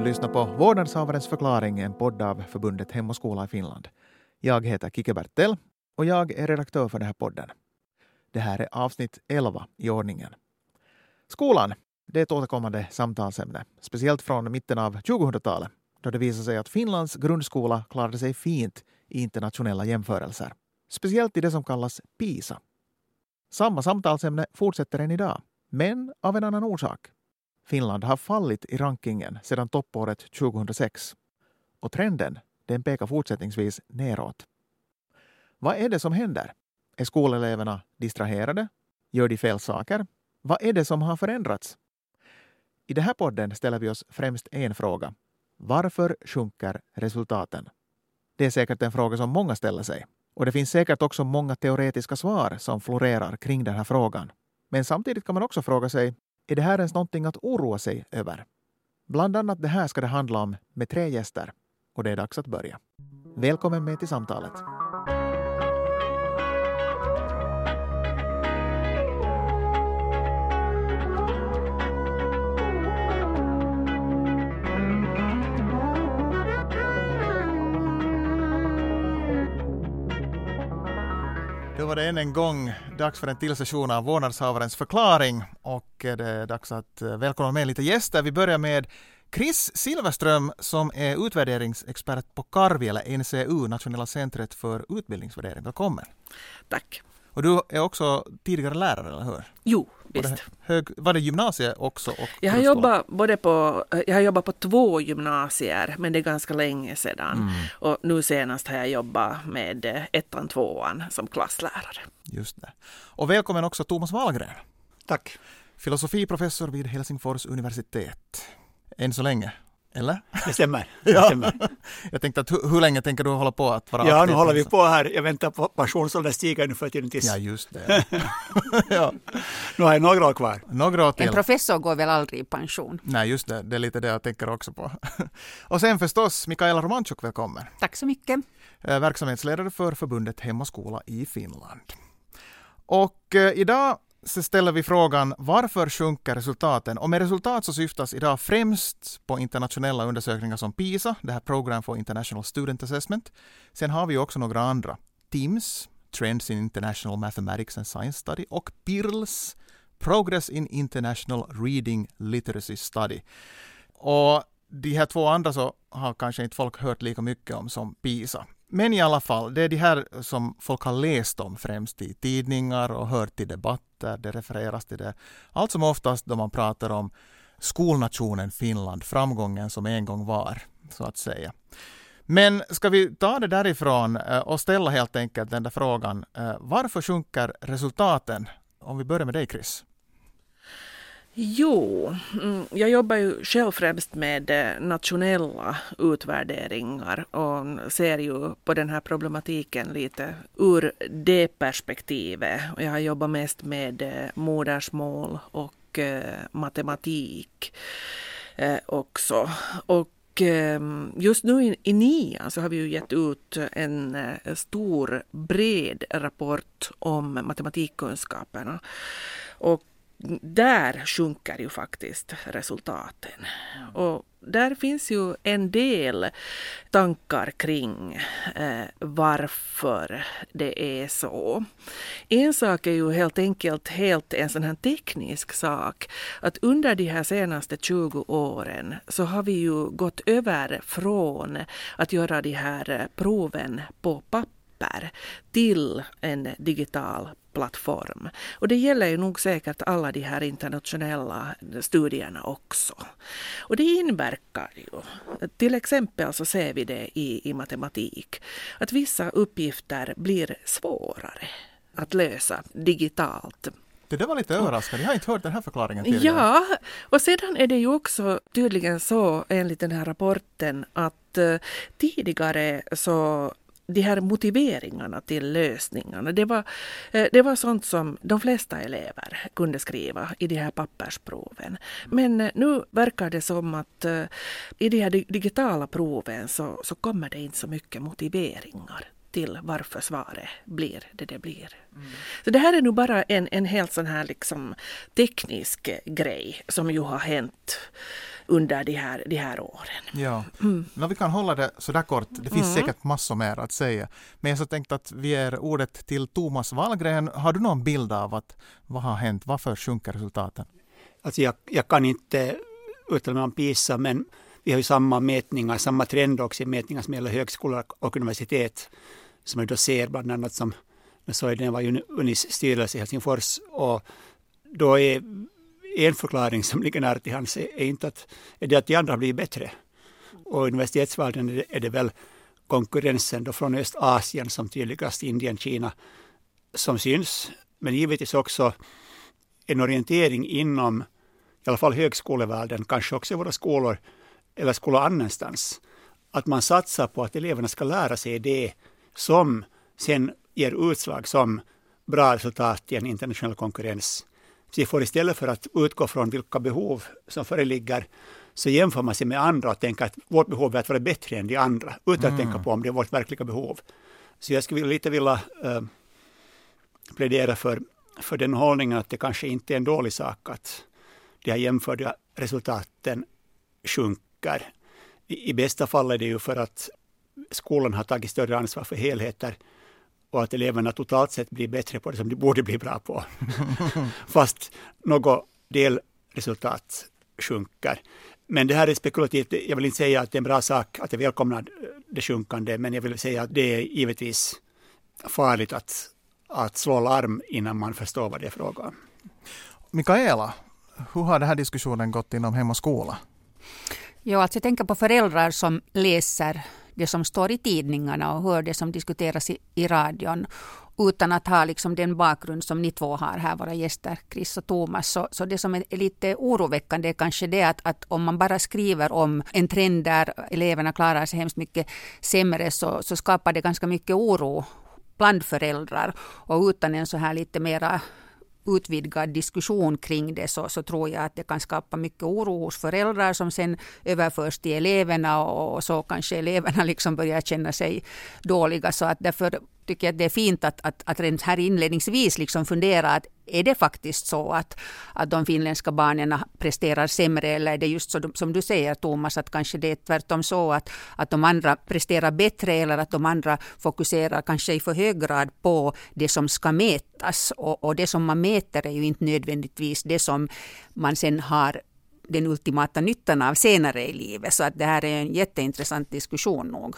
lyssnar på Vårdnadshavarens förklaring, en podd av förbundet Hem och skola i Finland. Jag heter Kike Bertell och jag är redaktör för den här podden. Det här är avsnitt 11 i ordningen. Skolan, det är ett återkommande samtalsämne, speciellt från mitten av 2000-talet, då det visade sig att Finlands grundskola klarade sig fint i internationella jämförelser. Speciellt i det som kallas PISA. Samma samtalsämne fortsätter än idag, men av en annan orsak. Finland har fallit i rankingen sedan toppåret 2006. Och trenden, den pekar fortsättningsvis neråt. Vad är det som händer? Är skoleleverna distraherade? Gör de fel saker? Vad är det som har förändrats? I den här podden ställer vi oss främst en fråga. Varför sjunker resultaten? Det är säkert en fråga som många ställer sig. Och det finns säkert också många teoretiska svar som florerar kring den här frågan. Men samtidigt kan man också fråga sig, är det här ens någonting att oroa sig över? Bland annat det här ska det handla om med 3 gäster. Och det är dags att börja. Välkommen med till samtalet. Då var det än en gång dags för en till session av Vårdnadshavarens förklaring och det är dags att välkomna med lite gäster. Vi börjar med Chris Silverström som är utvärderingsexpert på Karvi eller NCU, Nationella centret för utbildningsvärdering. Välkommen. Tack. Och du är också tidigare lärare, eller hur? Jo, visst. Var det gymnasiet också? Och jag har jobbat på 2 gymnasier, men det är ganska länge sedan. Och nu senast har jag jobbat med 1:an och 2:an som klasslärare. Just det. Och välkommen också Thomas Wahlgren. Tack. Filosofiprofessor vid Helsingfors universitet. Än så länge, eller? Det stämmer. Jag tänkte att hur länge tänker du hålla på att vara aktiv? Ja, nu håller vi på här. Jag väntar på pensionsåldern stiger nu för tiden tills. Ja, just det. Ja. Nu har jag några år kvar. Några år till. En professor går väl aldrig i pension? Nej, just det. Det är lite det jag tänker också på. Och sen förstås, Mikaela Romanchuk, välkommen. Tack så mycket. Verksamhetsledare för förbundet Hem och skola i Finland. Och idag så ställer vi frågan, varför sjunker resultaten? Och med resultat så syftas idag främst på internationella undersökningar som PISA, det här Program for International Student Assessment. Sen har vi också några andra, TIMSS, Trends in International Mathematics and Science Study, och PIRLS, Progress in International Reading Literacy Study. Och de här 2 andra så har kanske inte folk hört lika mycket om som PISA. Men i alla fall, det är de här som folk har läst om främst i tidningar och hört i debatter. Det refereras till det. Allt som oftast då man pratar om skolnationen Finland, framgången som en gång var, så att säga. Men ska vi ta det därifrån och ställa helt enkelt den där frågan. Varför sjunker resultaten? Om vi börjar med dig, Chris. Jo, jag jobbar ju själv främst med nationella utvärderingar och ser ju på den här problematiken lite ur det perspektivet. Jag har jobbat mest med modersmål och matematik också. Och just nu i 9 så har vi ju gett ut en stor, bred rapport om matematikkunskaperna. Och där sjunker ju faktiskt resultaten. Och där finns ju en del tankar kring varför det är så. En sak är ju helt enkelt en sån här teknisk sak. Att under de här senaste 20 åren så har vi ju gått över från att göra de här proven på papper till en digital plattform. Och det gäller ju nog säkert alla de här internationella studierna också. Och det inverkar ju. Till exempel så ser vi det i matematik. Att vissa uppgifter blir svårare att lösa digitalt. Det där var lite överraskande. Jag har inte hört den här förklaringen tidigare. Ja, och sedan är det ju också tydligen så enligt den här rapporten att tidigare så de här motiveringarna till lösningarna, det var sånt som de flesta elever kunde skriva i de här pappersproven. Men nu verkar det som att i de här digitala proven så kommer det inte så mycket motiveringar till varför svaret blir det blir. Så det här är nu bara en helt sån här liksom teknisk grej som ju har hänt under de här åren. Ja, vi kan hålla det så där kort. Det finns säkert massor mer att säga. Men jag så tänkte att vi ger ordet till Thomas Wallgren. Har du någon bild av vad har hänt? Varför sjunker resultaten? Alltså jag kan inte uttala mig om PISA, men vi har ju samma mätningar, samma trend också i mätningar som gäller högskolor och universitet, som jag då ser bland annat som jag sa, det var Unis styrelse i Helsingfors, och då är en förklaring som ligger nära till hands är inte att de andra har blivit bättre. Och i universitetsvärlden är det väl konkurrensen då från Östasien som tydligast, Indien, Kina, som syns. Men givetvis också en orientering inom i alla fall högskolevärlden, kanske också i våra skolor eller skolor annanstans. Att man satsar på att eleverna ska lära sig det som sen ger utslag som bra resultat i en internationell konkurrens. Så vi får istället för att utgå från vilka behov som föreligger, så jämför man sig med andra och tänker att vårt behov är att vara bättre än de andra, utan att tänka på om det är vårt verkliga behov. Så jag skulle lite vilja plädera för den hållningen att det kanske inte är en dålig sak att de här jämförda resultaten sjunker. I bästa fall är det ju för att skolan har tagit större ansvar för helheter och att eleverna totalt sett blir bättre på det som de borde bli bra på. Fast något delresultat sjunker. Men det här är spekulativt. Jag vill inte säga att det är en bra sak att jag välkomnar det sjunkande, men jag vill säga att det är givetvis farligt att slå larm innan man förstår vad det är fråga om. Mikaela, hur har den här diskussionen gått inom Hem och skola? Ja, alltså jag tänker på föräldrar som läser det som står i tidningarna och hör det som diskuteras i radion utan att ha liksom den bakgrund som ni två har här, våra gäster Chris och Thomas. Så det som är lite oroväckande är kanske det att om man bara skriver om en trend där eleverna klarar sig hemskt mycket sämre, så skapar det ganska mycket oro bland föräldrar, och utan en så här lite mera utvidgad diskussion kring det så tror jag att det kan skapa mycket oro hos föräldrar som sen överförs till eleverna, och så kanske eleverna liksom börjar känna sig dåliga. Så att därför tycker jag att det är fint att redan här inledningsvis liksom fundera att är det faktiskt så att de finländska barnen presterar sämre, eller är det just så som du säger, Thomas, att kanske det är tvärtom så att de andra presterar bättre, eller att de andra fokuserar kanske i för hög grad på det som ska mätas, och det som man mäter är ju inte nödvändigtvis det som man sen har den ultimata nyttan av senare i livet. Så att det här är en jätteintressant diskussion nog.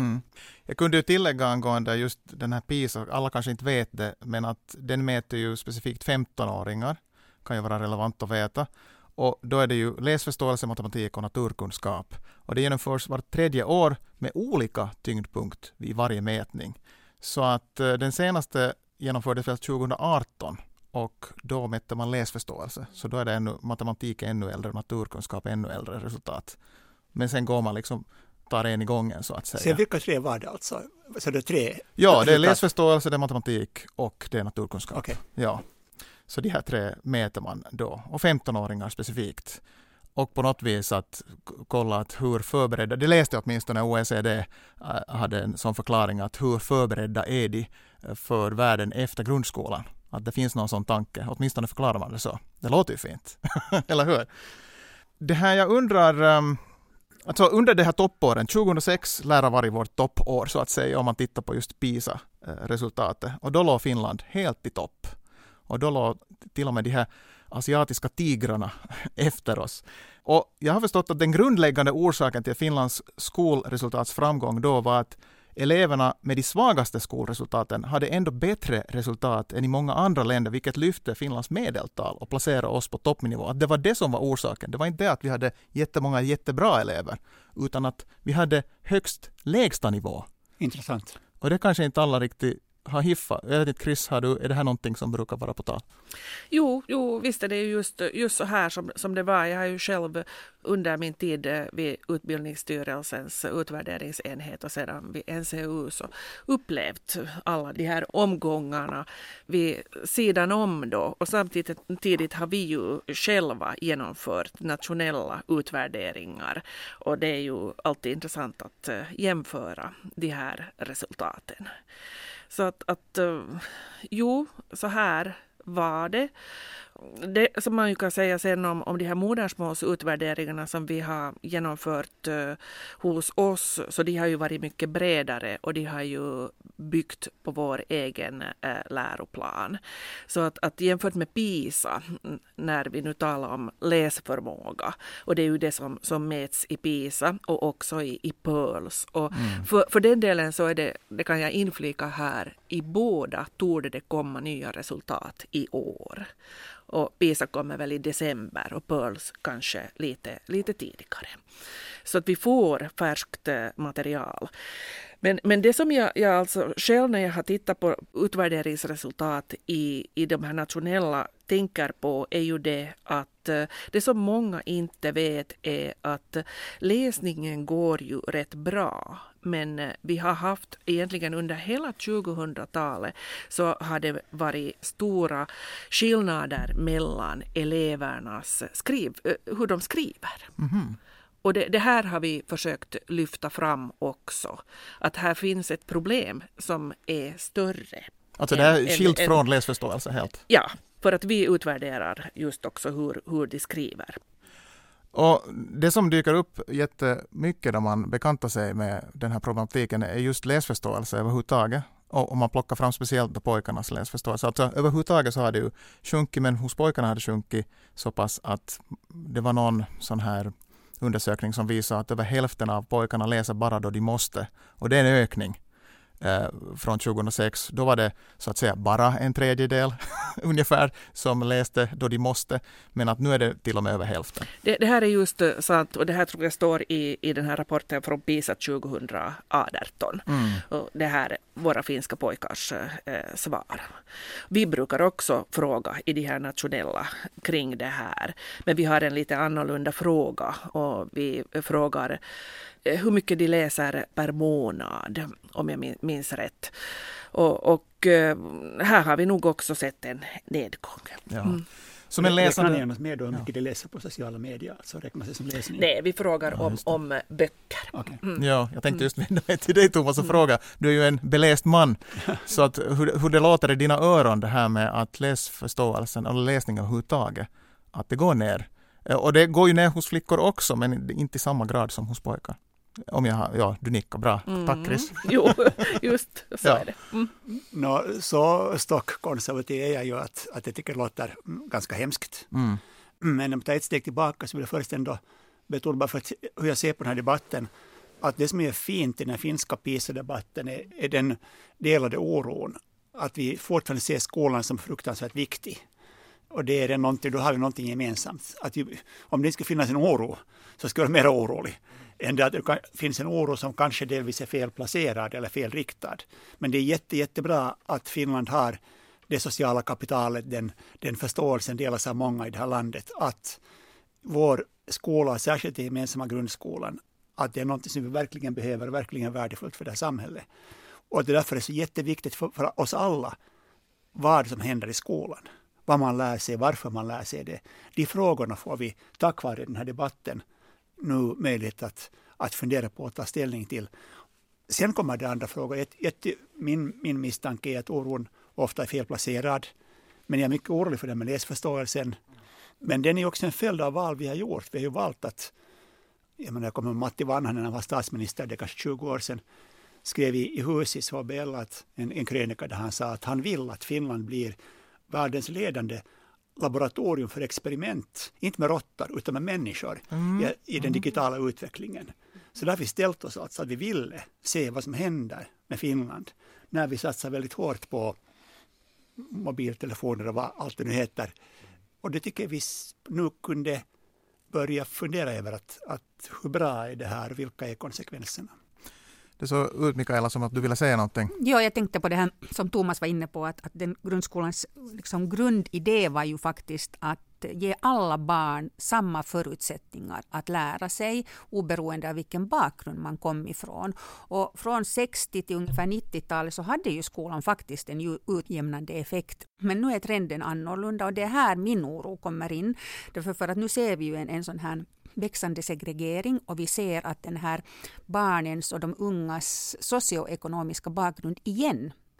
Jag kunde ju tillägga angående just den här PISA, alla kanske inte vet det, men att den mäter ju specifikt 15-åringar, kan ju vara relevant att veta. Och då är det ju läsförståelse, matematik och naturkunskap. Och det genomförs var tredje år med olika tyngdpunkt vid varje mätning. Så att den senaste genomfördes väl 2018. Och då mätte man läsförståelse. Så då är det matematik ännu äldre, naturkunskap ännu äldre resultat. Men sen går man liksom, tar en i gången så att säga. Så vilka tre var det alltså? Så det är tre? Ja, det är läsförståelse, det är matematik och det är naturkunskap. Okay. Ja. Så de här tre mäter man då. Och 15-åringar specifikt. Och på något vis att kolla att hur förberedda, det läste jag åtminstone när OECD hade en sån förklaring att hur förberedda är de för världen efter grundskolan. Att det finns någon sån tanke. Åtminstone förklarar man det så. Det låter ju fint. Eller hur? Det här jag undrar, alltså under det här toppåren, 2006 lär ha varit vårt toppår så att säga, om man tittar på just PISA-resultatet. Och då låg Finland helt i topp. Och då låg till och med de här asiatiska tigrarna efter oss. Och jag har förstått att den grundläggande orsaken till Finlands skolresultatsframgång då var att eleverna med de svagaste skolresultaten hade ändå bättre resultat än i många andra länder, vilket lyfte Finlands medeltal och placerade oss på toppnivå. Att det var det som var orsaken. Det var inte det att vi hade jättemånga jättebra elever, utan att vi hade högst lägsta nivå. Intressant. Och det kanske inte alla riktigt har hiffat. Jag vet inte, Chris, är det här någonting som brukar vara på tal? Jo, visst är det just så här som det var. Jag har ju själv under min tid vid Utbildningsstyrelsens utvärderingsenhet och sedan vid NCU så upplevt alla de här omgångarna vid sidan om då. Och samtidigt har vi ju själva genomfört nationella utvärderingar. Och det är ju alltid intressant att jämföra de här resultaten. Så att så här var det. det som man ju kan säga sen om de här modersmålsutvärderingarna som vi har genomfört hos oss, så de har ju varit mycket bredare och de har ju byggt på vår egen läroplan. Så att jämfört med PISA, när vi nu talar om läsförmåga, och det är ju det som mäts i PISA och också i PIRLS. Och för den delen så är det kan jag inflika här, i båda torde det komma nya resultat i år. Och PISA kommer väl i december och PIRLS kanske lite tidigare. Så att vi får färskt material. Men det som jag alltså själv när jag har tittat på utvärderingsresultat i de här nationella tänker på är ju det att det som många inte vet är att läsningen går ju rätt bra. Men vi har haft egentligen under hela 2000-talet så har det varit stora skillnader mellan elevernas hur de skriver. Mm-hmm. Och det här har vi försökt lyfta fram också. Att här finns ett problem som är större. Alltså det är skilt från läsförståelse helt? Ja, för att vi utvärderar just också hur de skriver. Och det som dyker upp jättemycket när man bekantar sig med den här problematiken är just läsförståelse överhuvudtaget. Och man plockar fram speciellt pojkarnas läsförståelse. Alltså överhuvudtaget så har det ju sjunkit, men hos pojkarna har det sjunkit så pass att det var någon sån här undersökning som visar att över hälften av pojkarna läser bara då de måste. Och det är en ökning från 2006. Då var det så att säga bara en tredjedel ungefär som läste då de måste. Men att nu är det till och med över hälften. Det här är just sant, och det här tror jag står i den här rapporten från PISA 2018. Och det här är våra finska pojkars svar. Vi brukar också fråga i de här nationella kring det här. Men vi har en lite annorlunda fråga, och vi frågar hur mycket de läser per månad, om jag minns rätt. Och här har vi nog också sett en nedgång. Ja. Som en läsare... Räknar ni något med då hur mycket de läser på sociala medier? Så räknas det som läsning? Nej, vi frågar om böcker. Okay. Ja, jag tänkte just vända mig till dig, Thomas, och fråga. Du är ju en beläst man. Så att hur det låter i dina öron det här med att läsförståelsen eller läsningen överhuvudtaget, att det går ner. Och det går ju ner hos flickor också, men inte i samma grad som hos pojkar. Du nickar bra. Tack, Chris. Jo, just så är det. Så stockkonservativ är jag ju att jag tycker det låter ganska hemskt. Men om jag tar ett steg tillbaka så vill jag först ändå betona för hur jag ser på den här debatten, att det som är fint i den finska PISA-debatten är den delade oron. Att vi fortfarande ser skolan som fruktansvärt viktig. Och det är någonting, då har vi någonting gemensamt. Att om det inte skulle finnas en oro så skulle jag vara mer orolig. Än att det finns en oro som kanske delvis är felplacerad eller felriktad. Men det är jättebra att Finland har det sociala kapitalet, den förståelsen delas av många i det här landet. Att vår skola, särskilt den gemensamma grundskolan, att det är något som vi verkligen behöver och verkligen är värdefullt för det här samhället. Och det är därför det är så jätteviktigt för oss alla vad som händer i skolan. Vad man lär sig, varför man lär sig det. De frågorna får vi tack vare den här debatten nu möjlighet att fundera på och ta ställning till. Sen kommer det andra frågor. Min misstanke är att oron ofta är felplacerad. Men jag är mycket orolig för det med läsförståelsen. Men den är också en följd av val vi har gjort. Vi har ju valt att, jag kommer Matti Vanhanen, när han var statsminister, det kanske 20 år sedan, skrev i Husis HBL en krönika där han sa att han vill att Finland blir världens ledande laboratorium för experiment, inte med råttor utan med människor i den digitala utvecklingen. Så där har vi ställt oss att vi ville se vad som händer med Finland när vi satsar väldigt hårt på mobiltelefoner och vad allt det nu heter. Och det tycker vi nu kunde börja fundera över att hur bra är det här, vilka är konsekvenserna? Det såg ut, Mikaela, som att du ville säga någonting. Ja, jag tänkte på det här som Thomas var inne på, att den grundskolans liksom grundidé var ju faktiskt att ge alla barn samma förutsättningar att lära sig oberoende av vilken bakgrund man kom ifrån. Och från 60 till ungefär 90-talet så hade ju skolan faktiskt en utjämnande effekt. Men nu är trenden annorlunda, och det är här min oro kommer in. Därför för att nu ser vi ju en sån här växande segregering, och vi ser att den här barnens och de ungas socioekonomiska bakgrund igen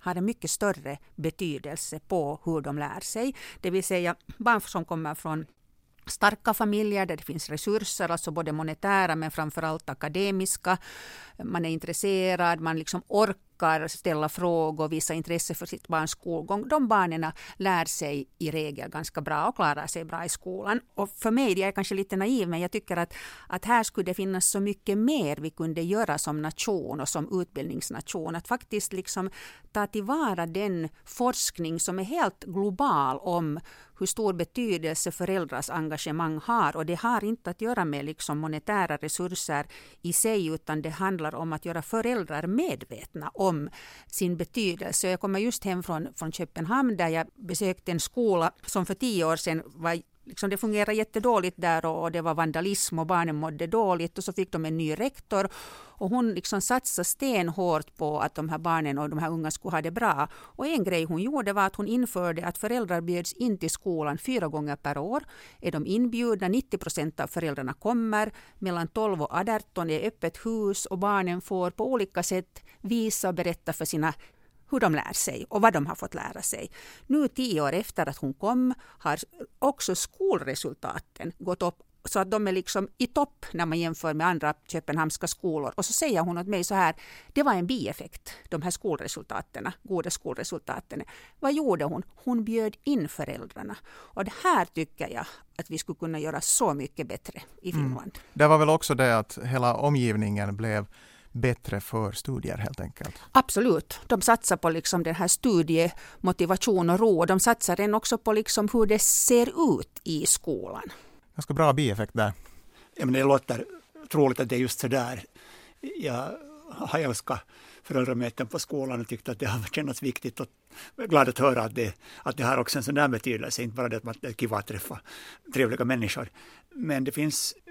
har en mycket större betydelse på hur de lär sig. Det vill säga barn som kommer från starka familjer där det finns resurser, alltså både monetära men framförallt akademiska. Man är intresserad, man liksom orkar ställa frågor, visa intresse för sitt barns skolgång. De barnen lär sig i regel ganska bra och klarar sig bra i skolan. Och för mig, jag är kanske lite naiv, men jag tycker att här skulle det finnas så mycket mer vi kunde göra som nation och som utbildningsnation. Att faktiskt liksom ta tillvara den forskning som är helt global om hur stor betydelse föräldrars engagemang har. Och det har inte att göra med liksom monetära resurser i sig, utan det handlar om att göra föräldrar medvetna om sin betydelse. Jag kommer just hem från Köpenhamn där jag besökte en skola som för 10 år sedan var liksom, det fungerade jättedåligt där och det var vandalism och barnen mådde dåligt, och så fick de en ny rektor och hon liksom satsade stenhårt på att de här barnen och de här unga skulle ha det bra. Och en grej hon gjorde var att hon införde att föräldrar bjöds in till skolan 4 gånger per år. Är de inbjudna, 90% av föräldrarna kommer, mellan 12 och 18 är öppet hus och barnen får på olika sätt visa och berätta för sina hur de lär sig och vad de har fått lära sig. Nu 10 år efter att hon kom har också skolresultaten gått upp så att de är liksom i topp när man jämför med andra köpenhamnska skolor. Och så säger hon åt mig så här, det var en bieffekt, de här skolresultaten, goda skolresultaten. Vad gjorde hon? Hon bjöd in föräldrarna. Och det här tycker jag att vi skulle kunna göra så mycket bättre i Finland. Det var väl också det att hela omgivningen blev bättre för studier helt enkelt. Absolut. De satsar på liksom den här studiemotivation och ro. De satsar den också på liksom hur det ser ut i skolan. Ganska bra bieffekt där. Ja, men det låter troligt att det är just så där. Jag har älskat föräldramöten på skolan och tyckte att det har känts viktigt, och jag är glad att höra att det har också en sån där betydelse. Inte bara det att man är kul att träffa trevliga människor. Men det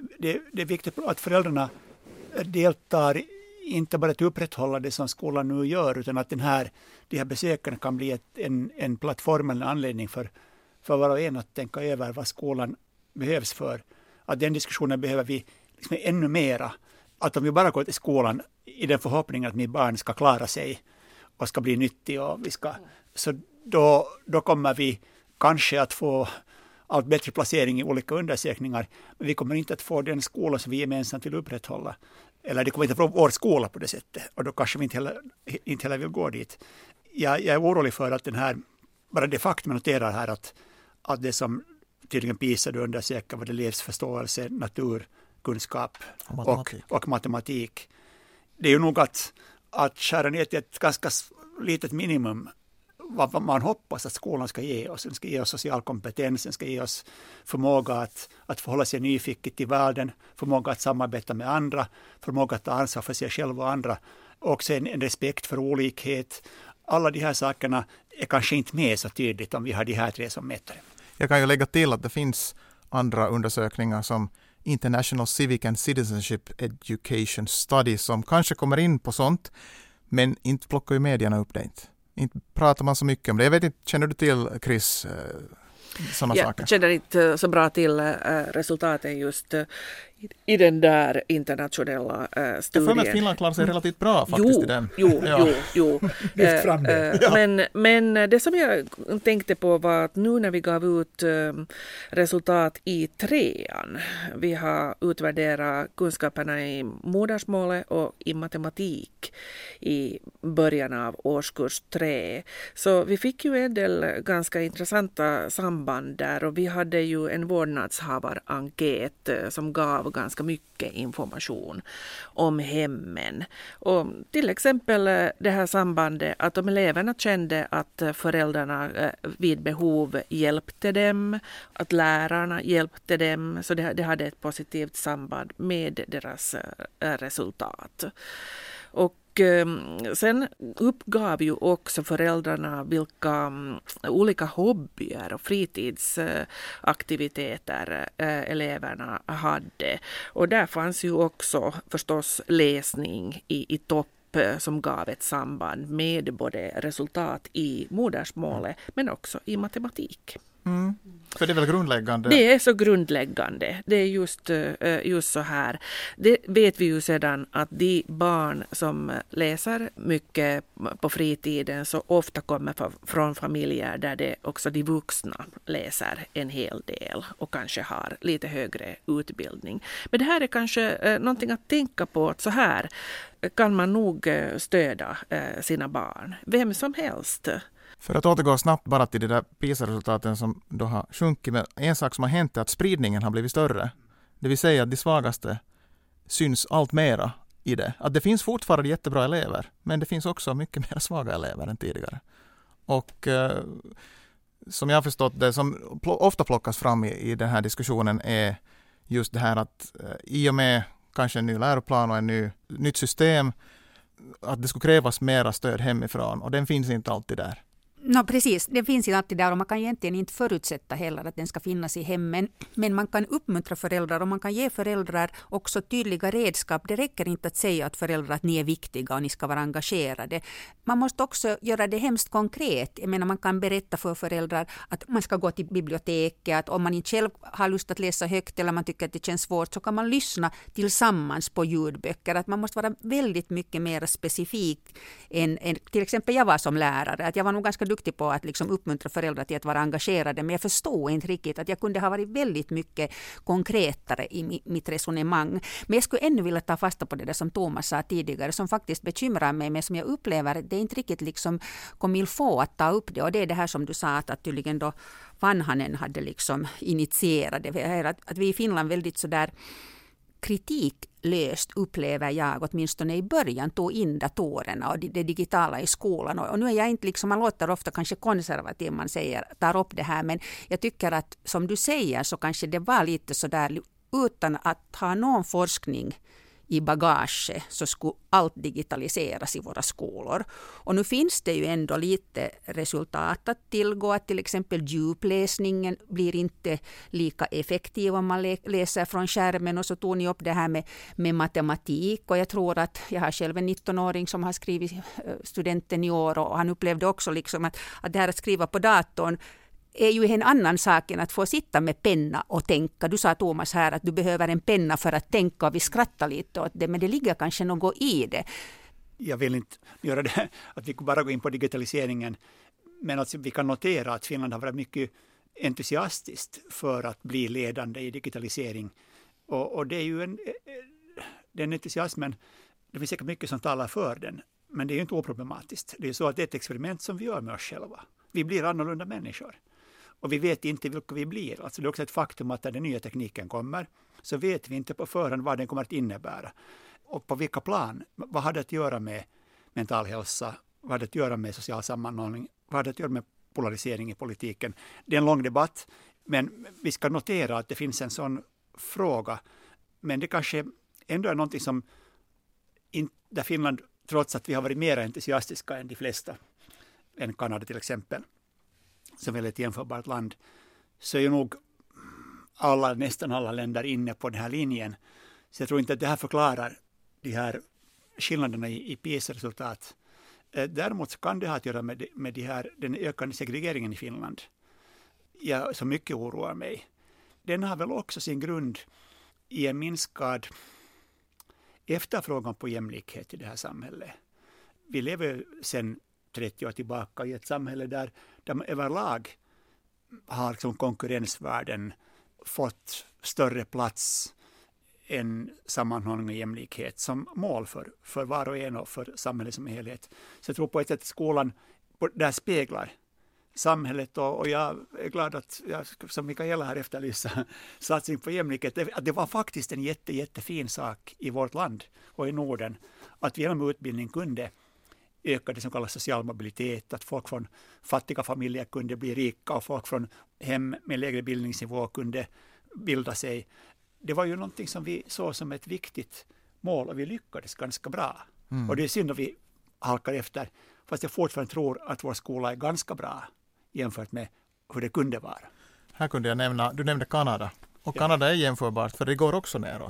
är viktigt att föräldrarna deltar inte bara att upprätthålla det som skolan nu gör, utan att de här besöken kan bli en plattform eller en anledning för var och en att tänka över vad skolan behövs för. Att den diskussionen behöver vi liksom ännu mera. Att om vi bara går till skolan i den förhoppningen att min barn ska klara sig och ska bli nyttig, och så då kommer vi kanske att få allt bättre placering i olika undersökningar, men vi kommer inte att få den skola som vi gemensamt vill upprätthålla. Eller det kommer inte att få vår skola på det sättet, och då kanske vi inte heller vill gå dit. Jag är orolig för att bara det faktum noterar här att det som tydligen PISA undersöker vad det elevsförståelse, naturkunskap och matematik. Det är ju nog att skära ner till ett ganska litet minimum vad man hoppas att skolan ska ge oss. Den ska ge oss social kompetens, den ska ge oss förmåga att förhålla sig nyfiket till världen, förmåga att samarbeta med andra, förmåga att ta ansvar för sig själv och andra, och sen en respekt för olikhet. Alla de här sakerna är kanske inte med så tydligt om vi har de här 3 som mätare. Jag kan ju lägga till att det finns andra undersökningar som International Civic and Citizenship Education Study som kanske kommer in på sånt, men inte plockar ju medierna upp det inte. Inte pratar man så mycket om det. Jag vet inte, känner du till, Chris, sådana saker? Jag känner inte så bra till resultaten just i den där internationella studien. Jag får med att Finland klarar sig relativt bra faktiskt i den. Jo. Men det som jag tänkte på var att nu när vi gav ut resultat i 3:an, vi har utvärderat kunskaperna i modersmålet och i matematik i början av årskurs 3. Så vi fick ju en del ganska intressanta samband där, och vi hade ju en vårdnadshavarenkät som gav ganska mycket information om hemmen. Och till exempel det här sambandet att om eleverna kände att föräldrarna vid behov hjälpte dem, att lärarna hjälpte dem, så det hade ett positivt samband med deras resultat. Och sen uppgav ju också föräldrarna vilka olika hobbyer och fritidsaktiviteter eleverna hade. Och där fanns ju också förstås läsning i topp som gav ett samband med både resultat i modersmålet men också i matematik. För det är väl grundläggande? Det är så grundläggande. Det är just så här. Det vet vi ju sedan att de barn som läser mycket på fritiden så ofta kommer från familjer där det också de vuxna läser en hel del och kanske har lite högre utbildning. Men det här är kanske någonting att tänka på, att så här kan man nog stödja sina barn. Vem som helst. För att återgå snabbt bara till de där PISA-resultaten som då har sjunkit. Men en sak som har hänt är att spridningen har blivit större. Det vill säga att de svagaste syns allt mera i det. Att det finns fortfarande jättebra elever, men det finns också mycket mer svaga elever än tidigare. Och som jag har förstått det, som ofta plockas fram i den här diskussionen är just det här att i och med kanske en ny läroplan och nytt system, att det skulle krävas mera stöd hemifrån, och den finns inte alltid där. Precis, den finns inte alltid där och man kan egentligen inte förutsätta heller att den ska finnas i hemmen. Men man kan uppmuntra föräldrar och man kan ge föräldrar också tydliga redskap. Det räcker inte att säga att föräldrar att ni är viktiga och ni ska vara engagerade. Man måste också göra det hemskt konkret. Jag menar, man kan berätta för föräldrar att man ska gå till biblioteket. Att om man inte själv har lust att läsa högt eller man tycker att det känns svårt, så kan man lyssna tillsammans på ljudböcker. Att man måste vara väldigt mycket mer specifik än till exempel jag var som lärare. Att jag var nog ganska duktig på att liksom uppmuntra föräldrar till att vara engagerade, men jag förstår inte riktigt att jag kunde ha varit väldigt mycket konkretare i mitt resonemang. Men jag skulle ännu vilja ta fasta på det där som Thomas sa tidigare, som faktiskt bekymrar mig, men som jag upplever det är inte riktigt liksom comme il faut att ta upp det, och det är det här som du sa att tydligen då Vanhanen hade liksom initierat det, att vi i Finland väldigt sådär kritiklöst upplever jag, åtminstone i början, tog in datorerna och det digitala i skolan. Och nu är jag inte liksom, man låter ofta kanske konservativ, man tar upp det här, men jag tycker att som du säger så kanske det var lite sådär utan att ha någon forskning i bagage så skulle allt digitaliseras i våra skolor. Och nu finns det ju ändå lite resultat att tillgå, att till exempel djupläsningen blir inte lika effektiv om man läser från skärmen, och så tog ni upp det här med matematik, och jag tror att jag har själv en 19-åring som har skrivit studenten i år, och han upplevde också liksom att det här att skriva på datorn är ju en annan sak än att få sitta med penna och tänka. Du sa, Thomas, här att du behöver en penna för att tänka, och vi skrattar lite åt det, men det ligger kanske något i det. Jag vill inte göra det att vi bara går in på digitaliseringen, men att vi kan notera att Finland har varit mycket entusiastiskt för att bli ledande i digitalisering. Och det är ju den entusiasmen, det finns säkert mycket som talar för den, men det är ju inte oproblematiskt. Det är så att det är ett experiment som vi gör med oss själva. Vi blir annorlunda människor. Och vi vet inte vilka vi blir. Alltså det är också ett faktum att när den nya tekniken kommer så vet vi inte på förhand vad den kommer att innebära. Och på vilka plan. Vad har det att göra med mental hälsa? Vad har det att göra med social sammanhållning? Vad har det att göra med polarisering i politiken? Det är en lång debatt. Men vi ska notera att det finns en sån fråga. Men det kanske ändå är någonting som där Finland, trots att vi har varit mer entusiastiska än de flesta, än Kanada till exempel, som är ett jämförbart land, så är ju nog nästan alla länder inne på den här linjen. Så jag tror inte att det här förklarar de här skillnaderna i PISA-resultat. Däremot så kan det ha att göra med den ökande segregeringen i Finland. Så mycket oroar mig. Den har väl också sin grund i en minskad efterfrågan på jämlikhet i det här samhället. Vi lever sedan 30 år tillbaka i ett samhälle där överlag har liksom konkurrensvärden fått större plats än sammanhållning och jämlikhet som mål för var och en och för samhället som helhet. Så jag tror på ett sätt att skolan där speglar samhället, och jag är glad att som Mikaela har efterlyst satsning på jämlikhet, att det var faktiskt en jättefin sak i vårt land och i Norden att vi genom utbildning kunde öka det som kallas social mobilitet, att folk från fattiga familjer kunde bli rika och folk från hem med lägre bildningsnivå kunde bilda sig. Det var ju någonting som vi såg som ett viktigt mål och vi lyckades ganska bra. Och det är synd att vi halkar efter, fast jag fortfarande tror att vår skola är ganska bra jämfört med hur det kunde vara. Här kunde jag du nämnde Kanada. Och Kanada är jämförbart, för det går också neråt.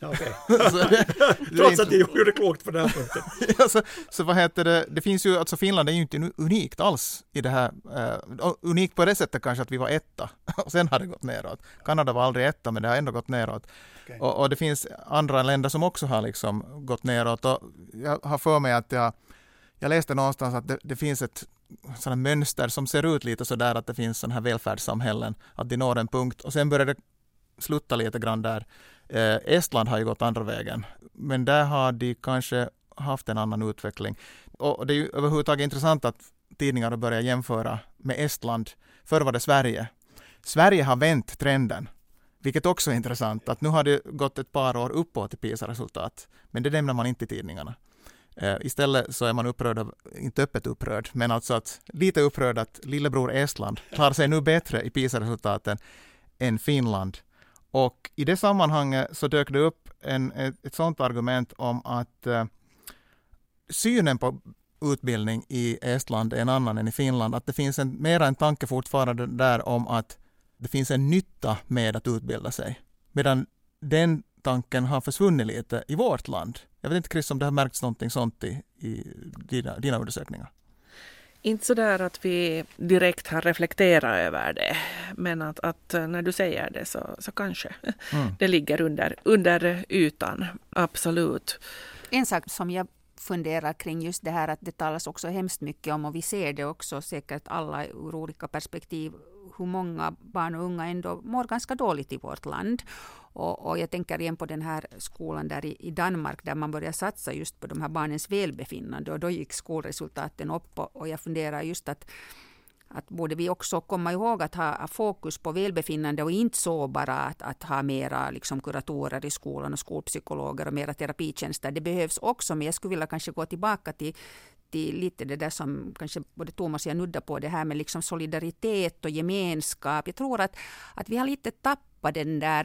Okay. Trots att jag gjorde klokt på den här punkten. Så vad heter det? Det finns ju, alltså Finland är ju inte unikt alls i det här. Unikt på det sättet kanske att vi var etta och sen har det gått neråt. Kanada var aldrig etta, men det har ändå gått neråt. Okay. Och det finns andra länder som också har liksom gått neråt. Och jag har för mig att jag läste någonstans att det finns ett sådana mönster som ser ut lite så där att det finns sådana här välfärdssamhällen, att de når en punkt och sen börjar det slutta lite grann där. Estland har ju gått andra vägen, men där har de kanske haft en annan utveckling. Och det är ju överhuvudtaget intressant att tidningar har börjat jämföra med Estland. Förr var det Sverige. Sverige har vänt trenden, vilket också är intressant, att nu har det gått ett par år uppåt i PISA-resultat, men det nämner man inte i tidningarna. Istället så är man upprörd, inte öppet upprörd, men alltså att lite upprörd att lillebror Estland klarar sig nu bättre i PISA-resultaten än Finland. Och i det sammanhanget så dök det upp ett sådant argument om att synen på utbildning i Estland är en annan än i Finland. Att det finns mera en tanke fortfarande där om att det finns en nytta med att utbilda sig. Medan den tanken har försvunnit lite i vårt land. Jag vet inte, Chris, om det har märkts någonting sånt i dina undersökningar. Inte så där att vi direkt har reflekterat över det, men att när du säger det så kanske det ligger under ytan, absolut. En sak som jag funderar kring just det här att det talas också hemskt mycket om, och vi ser det också säkert alla ur olika perspektiv, hur många barn och unga ändå mår ganska dåligt i vårt land. Och jag tänker igen på den här skolan där i Danmark där man började satsa just på de här barnens välbefinnande, och då gick skolresultaten upp, och jag funderar just att borde vi också komma ihåg att ha fokus på välbefinnande och inte så bara att ha mera liksom kuratorer i skolan och skolpsykologer och mera terapitjänster. Det behövs också, men jag skulle vilja kanske gå tillbaka till lite det där som kanske både Thomas och jag nuddar på, det här med liksom solidaritet och gemenskap. Jag tror att vi har lite tappat den där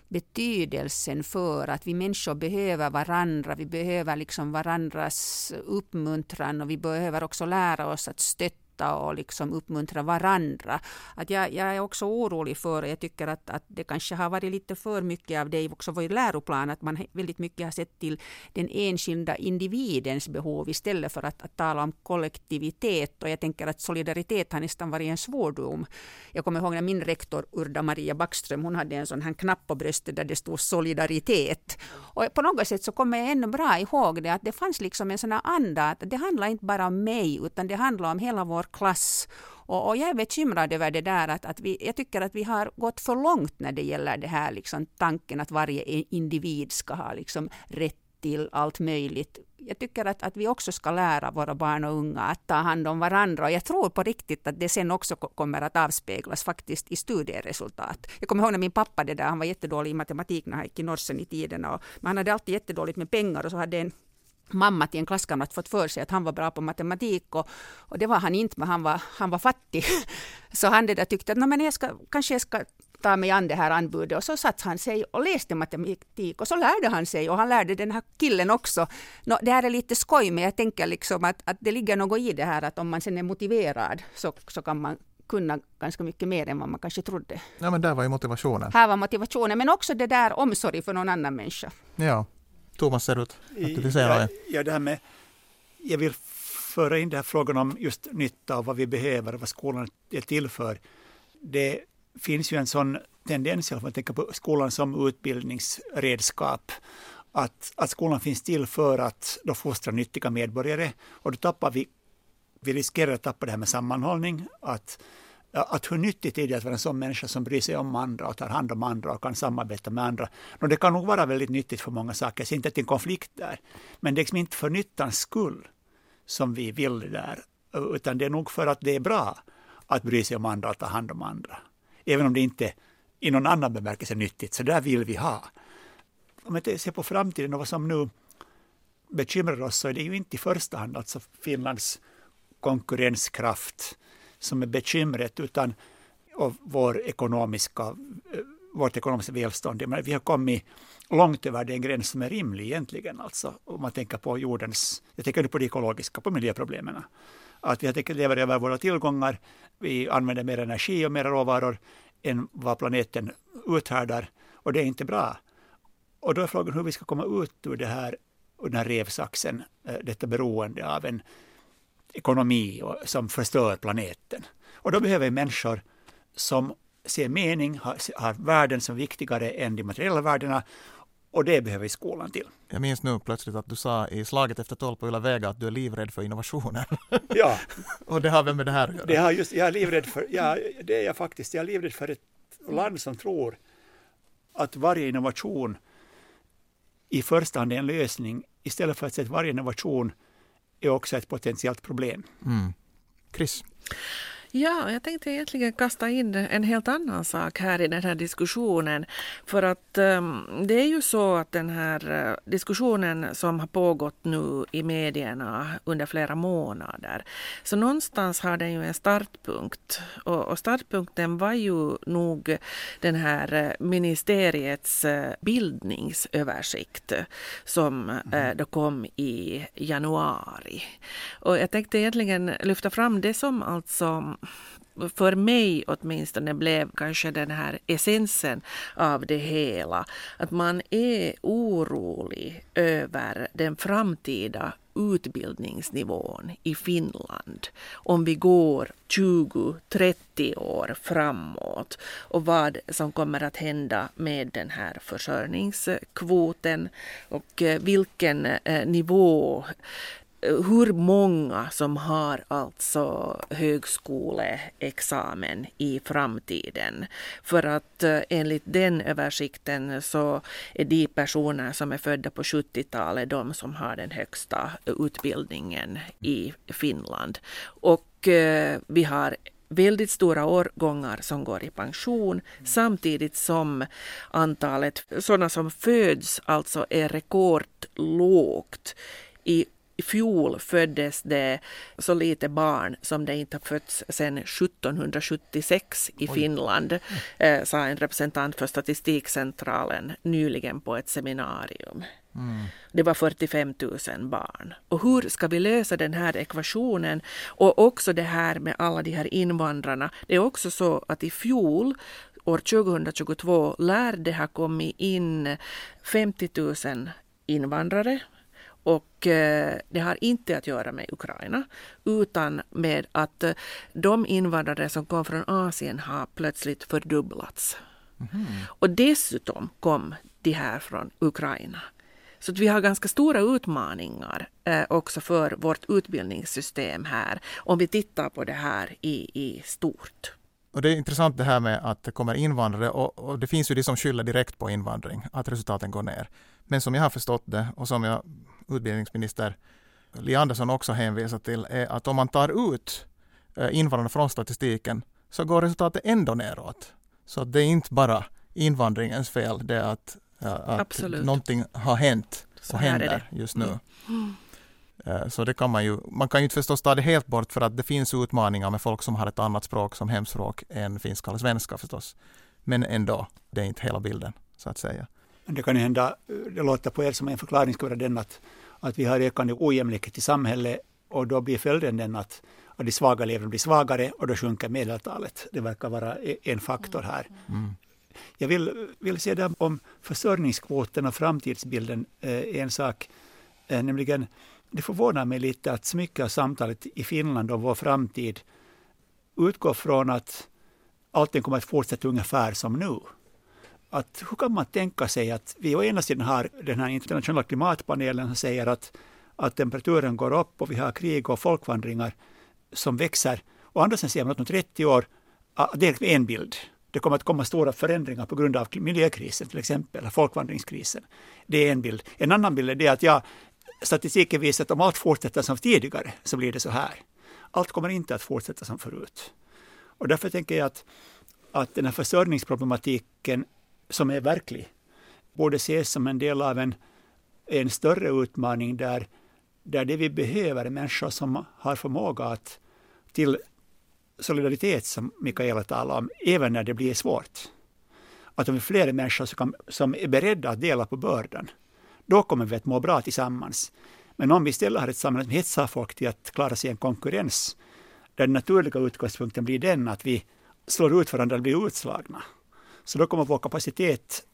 betydelsen för att vi människor behöver varandra. Vi behöver liksom varandras uppmuntran, och vi behöver också lära oss att stötta och liksom uppmuntra varandra. Att jag är också orolig för, jag tycker att det kanske har varit lite för mycket av det också var i läroplan, att man väldigt mycket har sett till den enskilda individens behov istället för att tala om kollektivitet, och jag tänker att solidaritet har nästan varit en svårdom. Jag kommer ihåg när min rektor Urda Maria Backström, hon hade en sån här knapp på bröstet där det stod solidaritet, och på något sätt så kommer jag ännu bra ihåg det, att det fanns liksom en sån här anda att det handlar inte bara om mig utan det handlar om hela vår klass. Och jag är bekymrad över det där jag tycker att vi har gått för långt när det gäller det här liksom, tanken att varje individ ska ha liksom, rätt till allt möjligt. Jag tycker att vi också ska lära våra barn och unga att ta hand om varandra, och jag tror på riktigt att det sen också kommer att avspeglas faktiskt i studieresultat. Jag kommer ihåg när min pappa han var jättedålig i matematik när han gick i Norsen i tiden, men han hade alltid jättedåligt med pengar, och så hade en mamma till en klasskamrat fått för sig att han var bra på matematik, och det var han inte, men han var fattig. Så han tyckte att men jag ska ta mig an det här anbudet, och så satt han sig och läste matematik, och så lärde han sig, och han lärde den här killen också. Det här är lite skoj, men jag tänker liksom att det ligger något i det här att om man sen är motiverad så kan man kunna ganska mycket mer än vad man kanske trodde. Ja, men där var ju motivationen. Här var motivationen, men också det där omsorg för någon annan människa. Ja. Thomas, ser ut att du vill säga ja, det här med, jag vill föra in den här frågan om just nytta och vad vi behöver och vad skolan är till för. Det finns ju en sån tendens, om man tänker på skolan som utbildningsredskap, att skolan finns till för att då fostra nyttiga medborgare, och då vi riskerar att tappa det här med sammanhållning, att hur nyttigt är det att vara en sån människa som bryr sig om andra och tar hand om andra och kan samarbeta med andra. Och det kan nog vara väldigt nyttigt för många saker. Jag ser inte att det är en konflikt där. Men det är inte för nyttans skull som vi vill det där. Utan det är nog för att det är bra att bry sig om andra och ta hand om andra. Även om det inte i någon annan bemärkelse är nyttigt. Så där vill vi ha. Om jag ser på framtiden och vad som nu bekymrar oss, så är det ju inte i första hand alltså Finlands konkurrenskraft som är bekymret, utan vårt ekonomiska välstånd. Men vi har kommit långt över den gräns som är rimlig egentligen. Alltså, om man tänker på jag tänker på det ekologiska, på miljöproblemen. Att vi lever över våra tillgångar, vi använder mer energi och mer råvaror än vad planeten uthärdar, och det är inte bra. Och då är frågan hur vi ska komma ut ur den här revsaxen, detta beroende av en ekonomi som förstör planeten. Och då behöver vi människor som ser mening, har värden som viktigare än de materiella värdena, och det behöver vi skolan till. Jag minns nu plötsligt att du sa i slaget efter 12 på Yle Vega att du är livrädd för innovationer. Ja. Och det har väl med det här att göra? Jag är livrädd för, det är jag faktiskt. Jag är livrädd för ett land som tror att varje innovation i första hand är en lösning, istället för att säga att varje innovation är också ett potentiellt problem. Chris? Ja, jag tänkte egentligen kasta in en helt annan sak här i den här diskussionen. För att det är ju så att den här diskussionen som har pågått nu i medierna under flera månader, så någonstans har den ju en startpunkt. Och startpunkten var ju nog den här ministeriets bildningsöversikt som då kom i januari. Och jag tänkte egentligen lyfta fram det som alltså för mig åtminstone blev kanske den här essensen av det hela. Att man är orolig över den framtida utbildningsnivån i Finland om vi går 20-30 år framåt, och vad som kommer att hända med den här försörjningskvoten och vilken nivå, hur många som har alltså högskoleexamen i framtiden. För att enligt den översikten så är de personer som är födda på 70-talet de som har den högsta utbildningen i Finland. Och vi har väldigt stora årgångar som går i pension, samtidigt som antalet sådana som föds alltså är rekordlågt. I fjol föddes det så lite barn som det inte har fötts sedan 1776 i Finland, sa en representant för Statistikcentralen nyligen på ett seminarium. Det var 45 000 barn. Och hur ska vi lösa den här ekvationen? Och också det här med alla de här invandrarna. Det är också så att i fjol, år 2022, lär det ha kommit in 50 000 invandrare. Och det har inte att göra med Ukraina, utan med att de invandrare som kom från Asien har plötsligt fördubblats. Och dessutom kom de här från Ukraina. Så att vi har ganska stora utmaningar också för vårt utbildningssystem här, om vi tittar på det här i stort. Och det är intressant det här med att det kommer invandrare, och det finns ju de som skyller direkt på invandring, att resultaten går ner. Men som jag har förstått det, och som utbildningsminister Li Andersson också hänvisar till, är att om man tar ut invandrarna från statistiken så går resultatet ändå neråt. Så det är inte bara invandringens fel, det är att någonting har hänt och händer just nu. Så det kan man kan ju inte förstås ta det helt bort, för att det finns utmaningar med folk som har ett annat språk som hemspråk än finska eller svenska förstås. Men ändå, det är inte hela bilden så att säga. Det kan ju hända, det låter på er som en förklaring skulle vara den att vi har ökande ojämlikhet i samhället, och då blir följden den att de svaga eleverna blir svagare och då sjunker medeltalet. Det verkar vara en faktor här. Jag vill säga om försörjningskvoten och framtidsbilden en sak, nämligen det förvånar mig lite att så mycket av samtalet i Finland om vår framtid utgår från att allting kommer att fortsätta ungefär som nu. Att hur kan man tänka sig att vi å ena sidan har den här internationella klimatpanelen som säger att temperaturen går upp och vi har krig och folkvandringar som växer. Och andra sidan säger man att om 30 år, det är en bild. Det kommer att komma stora förändringar på grund av miljökrisen till exempel, folkvandringskrisen. Det är en bild. En annan bild är att statistiken visar att om allt fortsätter som tidigare så blir det så här. Allt kommer inte att fortsätta som förut. Och därför tänker jag att den här försörjningsproblematiken som är verklig borde ses som en del av en större utmaning där det vi behöver är människor som har förmåga till solidaritet, som Mikaela talar om, även när det blir svårt. Att om vi är fler människor som är beredda att dela på bördan, då kommer vi att må bra tillsammans. Men om vi istället har ett samhälle som hetsar folk till att klara sig i en konkurrens, där den naturliga utgångspunkten blir den att vi slår ut varandra och blir utslagna, så då kommer vår kapacitet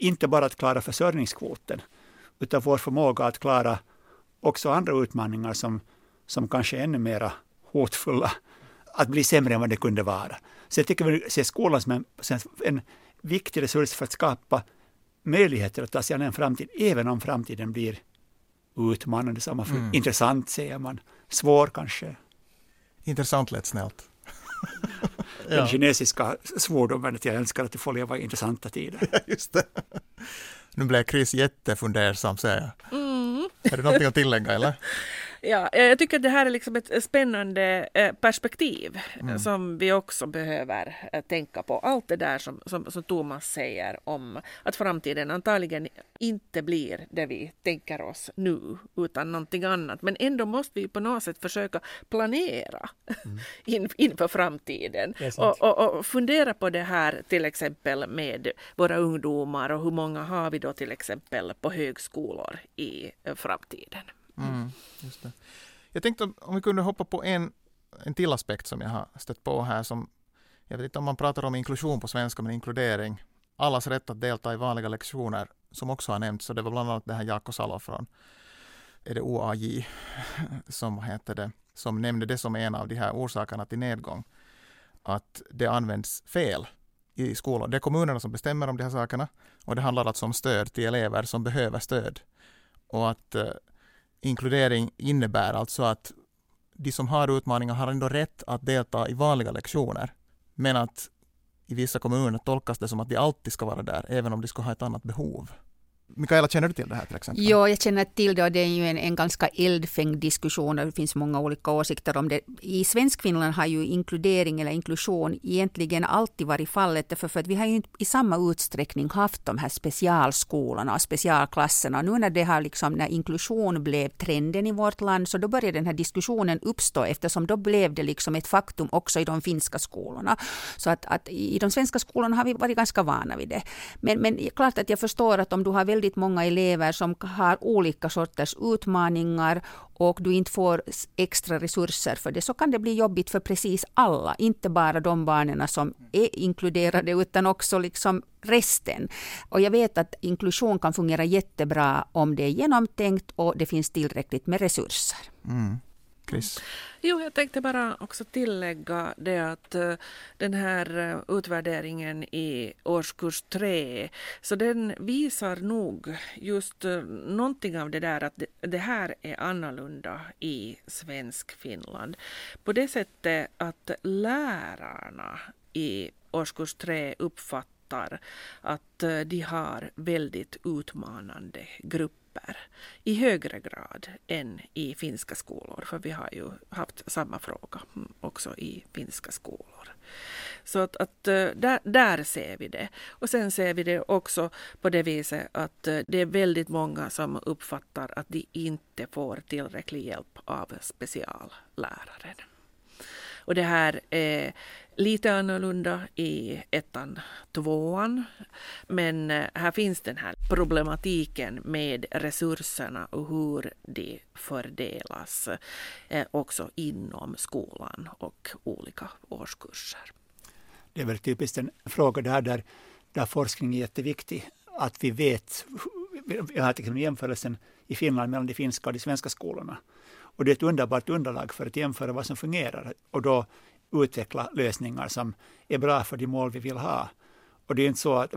inte bara att klara försörjningskvoten, utan vår förmåga att klara också andra utmaningar som kanske är ännu mera hotfulla, att bli sämre än vad det kunde vara. Så jag tycker vi ser skolan som en viktig resurs för att skapa möjligheter att ta sig an en framtid, även om framtiden blir utmanande, intressant säger man, svår kanske. Intressant lät snällt. Den kinesiska svordomen att jag önskar att det får leva intressanta tider. Ja, just det. Nu blev Chris jättefundersam, säger jag. Är det någonting att tillägga, eller? Ja, jag tycker att det här är liksom ett spännande perspektiv som vi också behöver tänka på. Allt det där som Thomas säger om att framtiden antagligen inte blir det vi tänker oss nu, utan någonting annat. Men ändå måste vi på något sätt försöka planera inför framtiden. Och fundera på det här till exempel med våra ungdomar och hur många har vi då till exempel på högskolor i framtiden. Just det. Jag tänkte om vi kunde hoppa på en till aspekt som jag har stött på här, som jag vet inte om man pratar om inklusion på svenska, men inkludering, allas rätt att delta i vanliga lektioner som också har nämnts, så det var bland annat det här Jaakko Salo från OAJ som nämnde det som en av de här orsakerna till nedgång, att det används fel i skolan. Det är kommunerna som bestämmer om de här sakerna, och det handlar alltså om stöd till elever som behöver stöd, och att inkludering innebär alltså att de som har utmaningar har ändå rätt att delta i vanliga lektioner, men att i vissa kommuner tolkas det som att de alltid ska vara där, även om de ska ha ett annat behov. Mikaela, känner du till det här till exempel? Ja, jag känner till det, och det är ju en ganska eldfängd diskussion och det finns många olika åsikter om det. I Svenskfinland har ju inkludering eller inklusion egentligen alltid varit fallet, för att vi har ju inte i samma utsträckning haft de här specialskolorna och specialklasserna. Nu när inklusion blev trenden i vårt land, så då började den här diskussionen uppstå, eftersom då blev det liksom ett faktum också i de finska skolorna. Så att i de svenska skolorna har vi varit ganska vana vid det. Men klart att jag förstår att om du har väldigt många elever som har olika sorters utmaningar och du inte får extra resurser för det, så kan det bli jobbigt för precis alla, inte bara de barnen som är inkluderade utan också liksom resten. Och jag vet att inklusion kan fungera jättebra om det är genomtänkt och det finns tillräckligt med resurser. Chris? Jo, jag tänkte bara också tillägga det att den här utvärderingen i årskurs 3, så den visar nog just någonting av det där att det här är annorlunda i Svenskfinland. På det sättet att lärarna i årskurs 3 uppfattar att de har väldigt utmanande grupper i högre grad än i finska skolor, för vi har ju haft samma fråga också i finska skolor. Så att där ser vi det. Och sen ser vi det också på det viset att det är väldigt många som uppfattar att de inte får tillräcklig hjälp av specialläraren. Och det här är lite annorlunda i 1:an, 2:an, men här finns den här problematiken med resurserna och hur de fördelas också inom skolan och olika årskurser. Det är väl typiskt en fråga där forskning är jätteviktig. Att vi vet, jag har till jämförelsen i Finland mellan de finska och de svenska skolorna. Och det är ett underbart underlag för att jämföra vad som fungerar och då utveckla lösningar som är bra för de mål vi vill ha. Och det är inte så att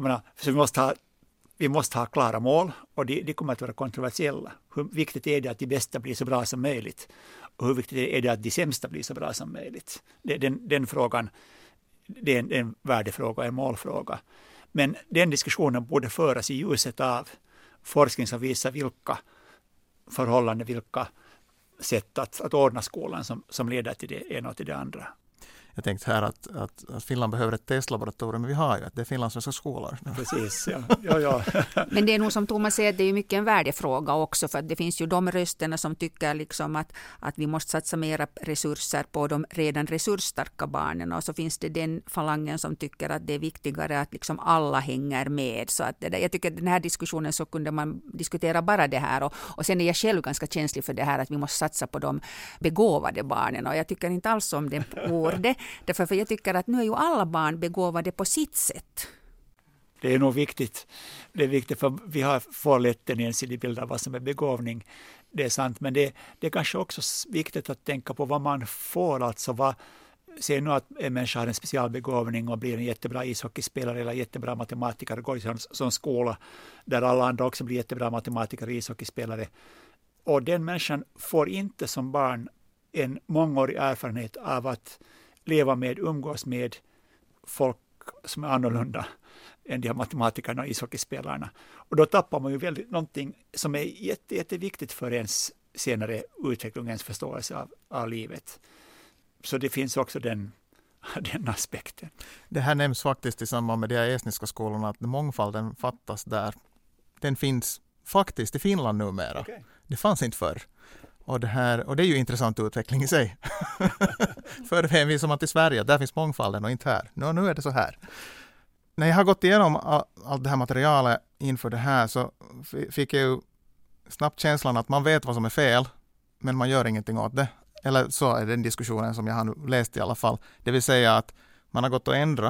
vi måste ha klara mål, och de kommer att vara kontroversiella. Hur viktigt är det att de bästa blir så bra som möjligt? Och hur viktigt är det att de sämsta blir så bra som möjligt? Den frågan, det är en värdefråga, en målfråga. Men den diskussionen borde föras i ljuset av forskning som visar vilka förhållanden, vilka sätt att ordna skolan som leder till det ena och till det andra. Jag tänkte här att Finland behöver ett testlaboratorium, men vi har ju det är finlandssvenska skolor. Precis, ja. Men det är nog som Thomas säger, det är mycket en värdefråga också, för att det finns ju de rösterna som tycker liksom att vi måste satsa mera resurser på de redan resursstarka barnen, och så finns det den falangen som tycker att det är viktigare att liksom alla hänger med. Så att jag tycker att den här diskussionen så kunde man diskutera bara det här, och sen är jag själv ganska känslig för det här att vi måste satsa på de begåvade barnen, och jag tycker inte alls om det ordet. Därför jag tycker att nu är ju alla barn begåvade på sitt sätt. det är nog viktigt. Det är viktigt för vi får lätt en ensidig bild av vad som är begåvning. Det är sant, men det är kanske också viktigt att tänka på vad man får. Alltså se nu att en människa har en specialbegåvning och blir en jättebra ishockeyspelare eller jättebra matematiker och går i sån skola där alla andra också blir jättebra matematiker och ishockeyspelare. Och den människan får inte som barn en mångårig erfarenhet av att leva med, umgås med folk som är annorlunda än de här matematikerna och ishockeyspelarna. Och då tappar man ju väldigt någonting som är jätteviktigt för ens senare utveckling, ens förståelse av livet. Så det finns också den aspekten. Det här nämns faktiskt i samband med de här estniska skolorna att mångfalden fattas där. Den finns faktiskt i Finland numera. Okay. Det fanns inte förr. Och det är ju intressant utveckling i sig. Förr hänvisar man till Sverige, där finns mångfalden och inte här. Nu är det så här. När jag har gått igenom allt det här materialet inför det här så fick jag ju snabbt känslan att man vet vad som är fel, men man gör ingenting åt det. Eller så är den diskussionen som jag har läst i alla fall. Det vill säga att man har gått och ändrat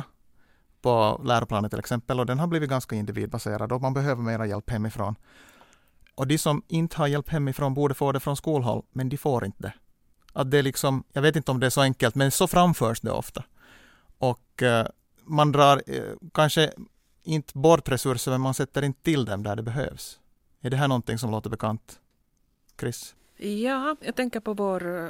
på läroplanen till exempel och den har blivit ganska individbaserad och man behöver mera hjälp hemifrån. Och de som inte har hjälp hemifrån borde få det från skolhåll, men de får inte det. Att det liksom, jag vet inte om det är så enkelt, men så framförs det ofta. Och man drar kanske inte bort resurser, men man sätter inte till dem där det behövs. Är det här någonting som låter bekant? Chris? Ja, jag tänker på vår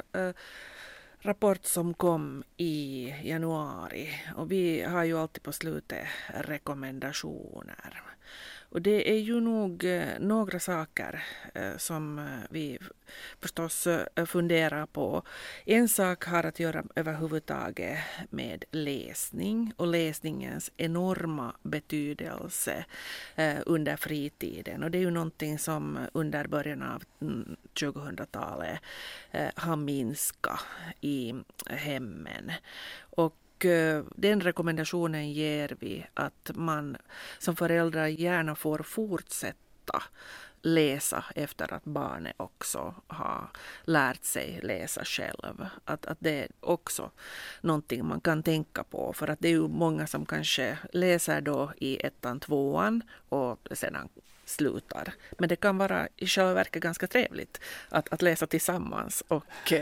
rapport som kom i januari. Och vi har ju alltid på slutet rekommendationer. Och det är ju nog några saker som vi förstås funderar på. En sak har att göra överhuvudtaget med läsning och läsningens enorma betydelse under fritiden. Och det är ju någonting som under början av 2000-talet har minskat i hemmen. Och den rekommendationen ger vi att man som föräldrar gärna får fortsätta läsa efter att barnet också har lärt sig läsa själv. Att det är också någonting man kan tänka på, för att det är ju många som kanske läser då i 1:an, 2:an och sedan slutar. Men det kan vara i själva verket ganska trevligt att läsa tillsammans och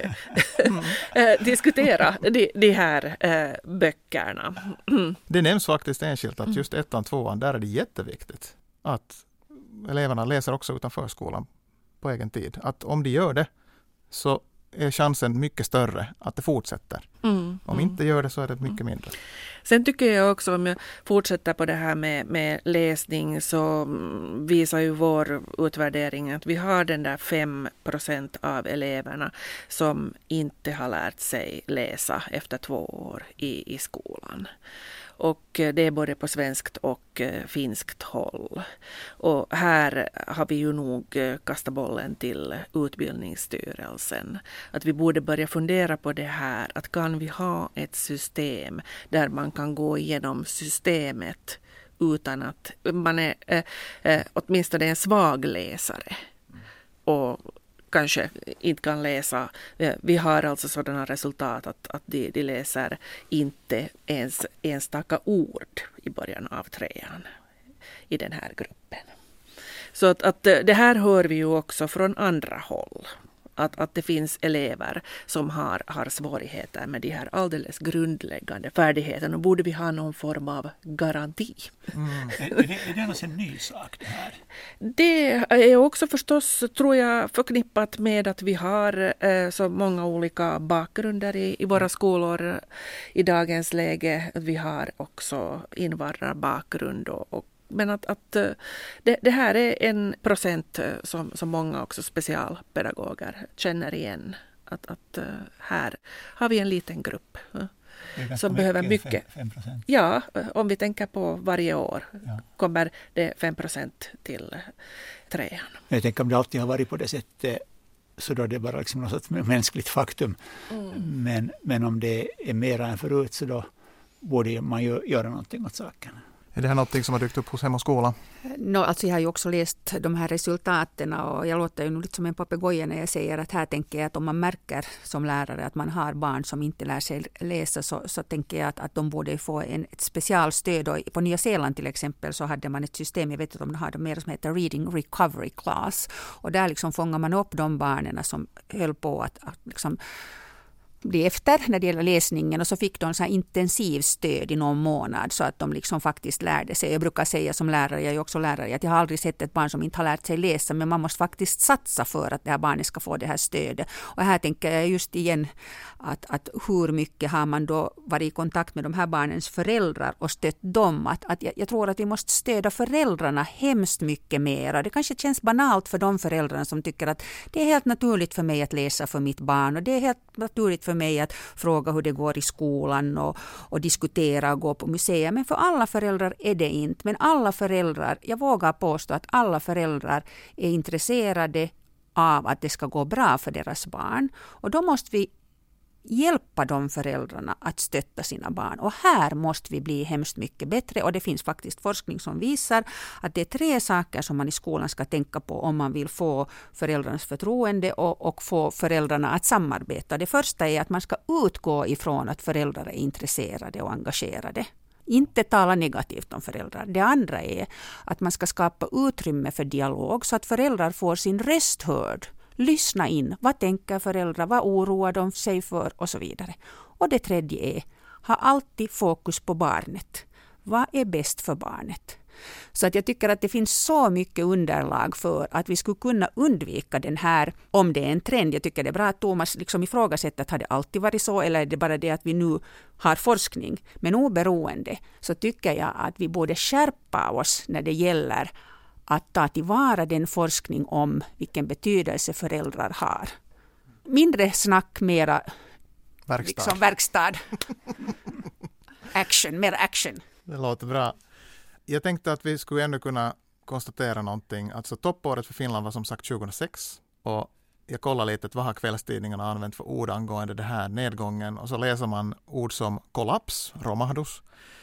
diskutera de här böckerna. Det nämns faktiskt enskilt att just 1:an, 2:an, där är det jätteviktigt att eleverna läser också utanför skolan på egen tid. Att om de gör det så är chansen mycket större att det fortsätter. Om inte gör det så är det mycket mindre. Sen tycker jag också, om jag fortsätter på det här med läsning, så visar ju vår utvärdering att vi har den där 5% av eleverna som inte har lärt sig läsa efter 2 år i skolan. Och det är både på svenskt och finskt håll. Och här har vi ju nog kastat bollen till utbildningsstyrelsen. Att vi borde börja fundera på det här. Att kan vi ha ett system där man kan gå igenom systemet utan att man är åtminstone en svag läsare. Och kanske inte kan läsa. Vi har alltså sådana resultat att de läser inte ens enstaka ord i början av 3:an i den här gruppen. Så att det här hör vi ju också från andra håll. Att det finns elever som har svårigheter med de här alldeles grundläggande färdigheterna. Och borde vi ha någon form av garanti. Är det en ny sak det här? Det är också förstås, tror jag, förknippat med att vi har så många olika bakgrunder i våra skolor i dagens läge. Vi har också invandrarbakgrund men att det här är 1% som många också specialpedagoger känner igen. Att här har vi en liten grupp som behöver mycket. 5%. Ja, om vi tänker på varje år kommer det 5% till 3:an. Jag tänker om det alltid har varit på det sättet, så då är det bara liksom något sorts mänskligt faktum. Men om det är mer än förut, så då borde man ju göra någonting åt saken. Är det här något som har dykt upp hos Hem och skola? Alltså jag har ju också läst de här resultaten och jag låter ju nog lite som en papegoja när jag säger att här tänker jag att om man märker som lärare att man har barn som inte lär sig läsa så tänker jag att de borde få ett specialstöd. Och på Nya Zeeland till exempel så hade man ett system, jag vet inte om de har det mer, som heter Reading Recovery Class. Och där liksom fångar man upp de barnen som höll på att liksom bli efter när det gäller läsningen, och så fick de så här intensivstöd i någon månad så att de liksom faktiskt lärde sig. Jag brukar säga som lärare, jag är ju också lärare, att jag har aldrig sett ett barn som inte har lärt sig läsa, men man måste faktiskt satsa för att det här barnet ska få det här stödet. Och här tänker jag just igen att hur mycket har man då varit i kontakt med de här barnens föräldrar och stött dem. Att jag tror att vi måste stödja föräldrarna hemskt mycket mer. Det kanske känns banalt för de föräldrarna som tycker att det är helt naturligt för mig att läsa för mitt barn, och det är helt naturligt för mig att fråga hur det går i skolan och diskutera och gå på museer. Men för alla föräldrar är det inte. Men alla föräldrar, jag vågar påstå att alla föräldrar är intresserade av att det ska gå bra för deras barn. Och då måste vi hjälpa de föräldrarna att stötta sina barn. Och här måste vi bli hemskt mycket bättre. Och det finns faktiskt forskning som visar att det är 3 saker som man i skolan ska tänka på om man vill få föräldrarnas förtroende och få föräldrarna att samarbeta. Det första är att man ska utgå ifrån att föräldrar är intresserade och engagerade. Inte tala negativt om föräldrar. Det andra är att man ska skapa utrymme för dialog så att föräldrar får sin röst hörd. Lyssna in. Vad tänker föräldrar? Vad oroar de sig för? Och så vidare. Och det tredje är, ha alltid fokus på barnet. Vad är bäst för barnet? Så att jag tycker att det finns så mycket underlag för att vi skulle kunna undvika den här, om det är en trend. Jag tycker det är bra att Thomas liksom ifrågasätter att har det alltid varit så, eller är det bara det att vi nu har forskning. Men oberoende så tycker jag att vi borde skärpa oss när det gäller att ta tillvara den forskning om vilken betydelse föräldrar har. Mindre snack, mera verkstad. Action, mer action. Det låter bra. Jag tänkte att vi skulle ändå kunna konstatera någonting. Alltså toppåret för Finland var som sagt 2006. Och jag kollar lite vad har kvällstidningarna använt för ord angående det här nedgången. Och så läser man ord som kollaps, romahdus,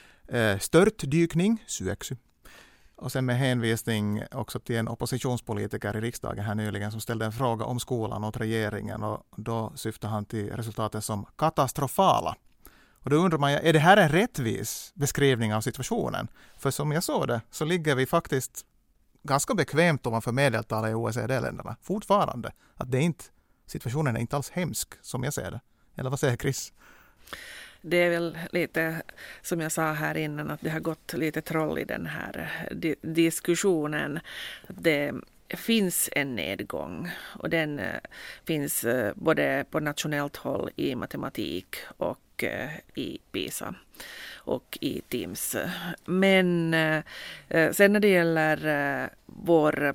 störtdykning, syöksy. Och sen med hänvisning också till en oppositionspolitiker i riksdagen här nyligen som ställde en fråga om skolan åt regeringen, och då syftar han till resultaten som katastrofala. Och då undrar man, är det här en rättvis beskrivning av situationen? För som jag såg det så ligger vi faktiskt ganska bekvämt ovanför medeltalet i OECD-länderna fortfarande. Att situationen är inte alls hemsk som jag ser det. Eller vad säger Chris? Det är väl lite som jag sa här innan, att det har gått lite troll i den här diskussionen. Det finns en nedgång, och den finns både på nationellt håll i matematik och i PISA och i TIMSS. Men sen när det gäller vår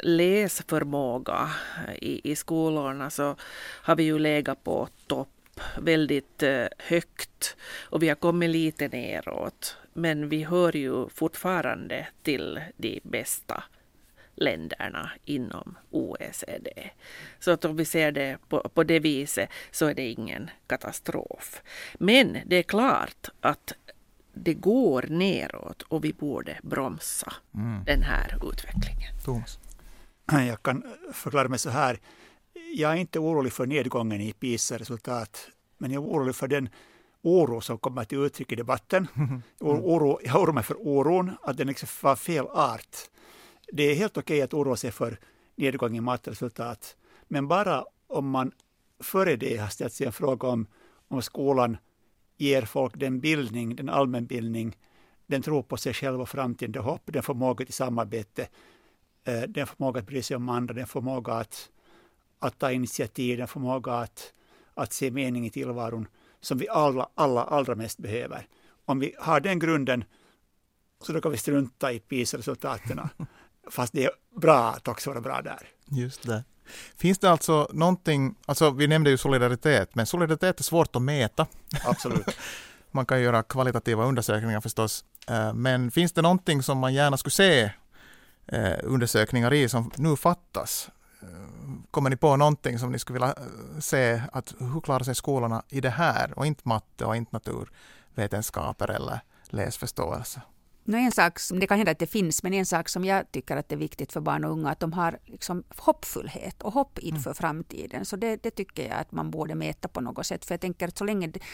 läsförmåga i skolorna så har vi ju legat på topp väldigt högt, och vi har kommit lite neråt, men vi hör ju fortfarande till de bästa länderna inom OECD. Så att om vi ser det på det viset så är det ingen katastrof. Men det är klart att det går neråt och vi borde bromsa den här utvecklingen. Thomas? Jag kan förklara mig så här. Jag är inte orolig för nedgången i PISA-resultat, men jag är orolig för den oro som kommer till uttryck i debatten. Jag oroar mig för oron, att den liksom var fel art. Det är helt okej att oroa sig för nedgång i matresultat, men bara om man före det har ställt sig en fråga om skolan ger folk den bildning, den allmänbildning, den tror på sig själv och framtiden, det hopp, den förmåga till samarbete, den förmåga att bry sig om andra, den förmåga att ta initiativ, den förmåga att se mening i tillvaron som vi allra mest behöver. Om vi har den grunden så då kan vi strunta i PISA-resultaten. Fast det är bra att också vara bra där. Just det. Finns det alltså någonting, alltså vi nämnde ju solidaritet, men solidaritet är svårt att mäta. Absolut. Man kan göra kvalitativa undersökningar förstås. Men finns det någonting som man gärna skulle se undersökningar i som nu fattas? Kommer ni på någonting som ni skulle vilja se, att hur klarar sig skolorna i det här, och inte matte och inte naturvetenskaper eller läsförståelse? En sak som det kan hända att det finns, men en sak som jag tycker att det är viktigt för barn och unga, att de har liksom hoppfullhet och hopp inför framtiden. Så det tycker jag att man borde mäta på något sätt. För jag tänker att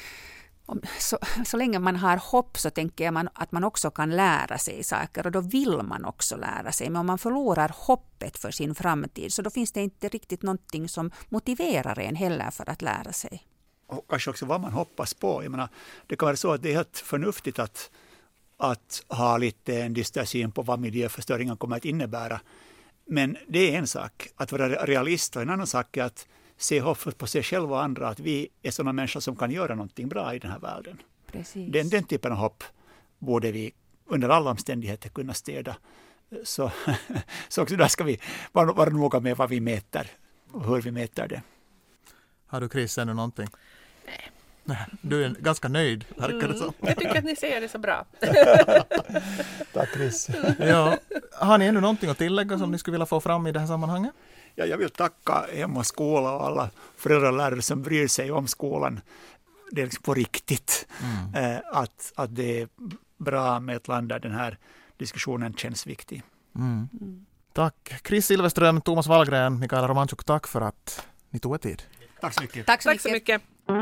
så länge man har hopp så tänker man att man också kan lära sig saker, och då vill man också lära sig. Men om man förlorar hoppet för sin framtid, så då finns det inte riktigt någonting som motiverar en heller för att lära sig. Och kanske också vad man hoppas på. Jag menar, det kan vara så att det är helt förnuftigt att ha lite en dyster syn på vad miljöförstöringen kommer att innebära. Men det är en sak att vara realist, och en annan sak är att se hoppfullt på sig själv och andra, att vi är sådana människor som kan göra någonting bra i den här världen. Precis. Den typen av hopp borde vi under alla omständigheter kunna stödja. Så också där ska vi vara noga med vad vi mäter och hur vi mäter det. Har du, Chris, ännu någonting? Nej. Du är ganska nöjd, verkar det som. Jag tycker att ni säger det så bra. Tack, Chris. Ja. Har ni ännu någonting att tillägga som ni skulle vilja få fram i det här sammanhanget? Ja, jag vill tacka Hem och skola och alla föräldrar och lärare som bryr sig om skolan. Det är liksom på riktigt att det är bra med ett land där den här diskussionen känns viktig. Tack. Chris Silverström, Thomas Wallgren, Mikaela Romanchuk, tack för att ni tog er tid. Tack så mycket. Tack så mycket.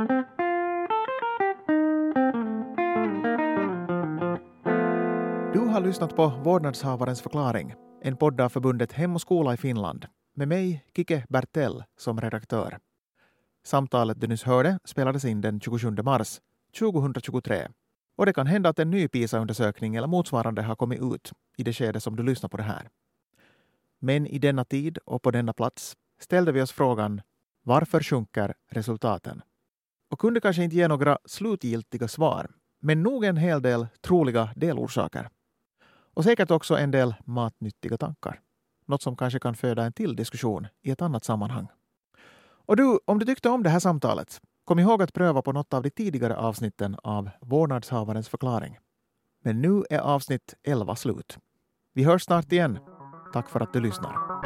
Du har lyssnat på Vårdnadshavarens förklaring, en podd av förbundet Hem och skola i Finland, med mig, Kike Bertell, som redaktör. Samtalet du nyss hörde spelades in den 27 mars 2023. Och det kan hända att en ny PISA-undersökning eller motsvarande har kommit ut i det skede som du lyssnar på det här. Men i denna tid och på denna plats ställde vi oss frågan: varför sjunker resultaten? Och kunde kanske inte ge några slutgiltiga svar, men nog en hel del troliga delorsaker. Och säkert också en del matnyttiga tankar. Något som kanske kan föda en till diskussion i ett annat sammanhang. Och du, om du tyckte om det här samtalet, kom ihåg att pröva på något av de tidigare avsnitten av Vårdnadshavarens förklaring. Men nu är avsnitt 11 slut. Vi hörs snart igen. Tack för att du lyssnar.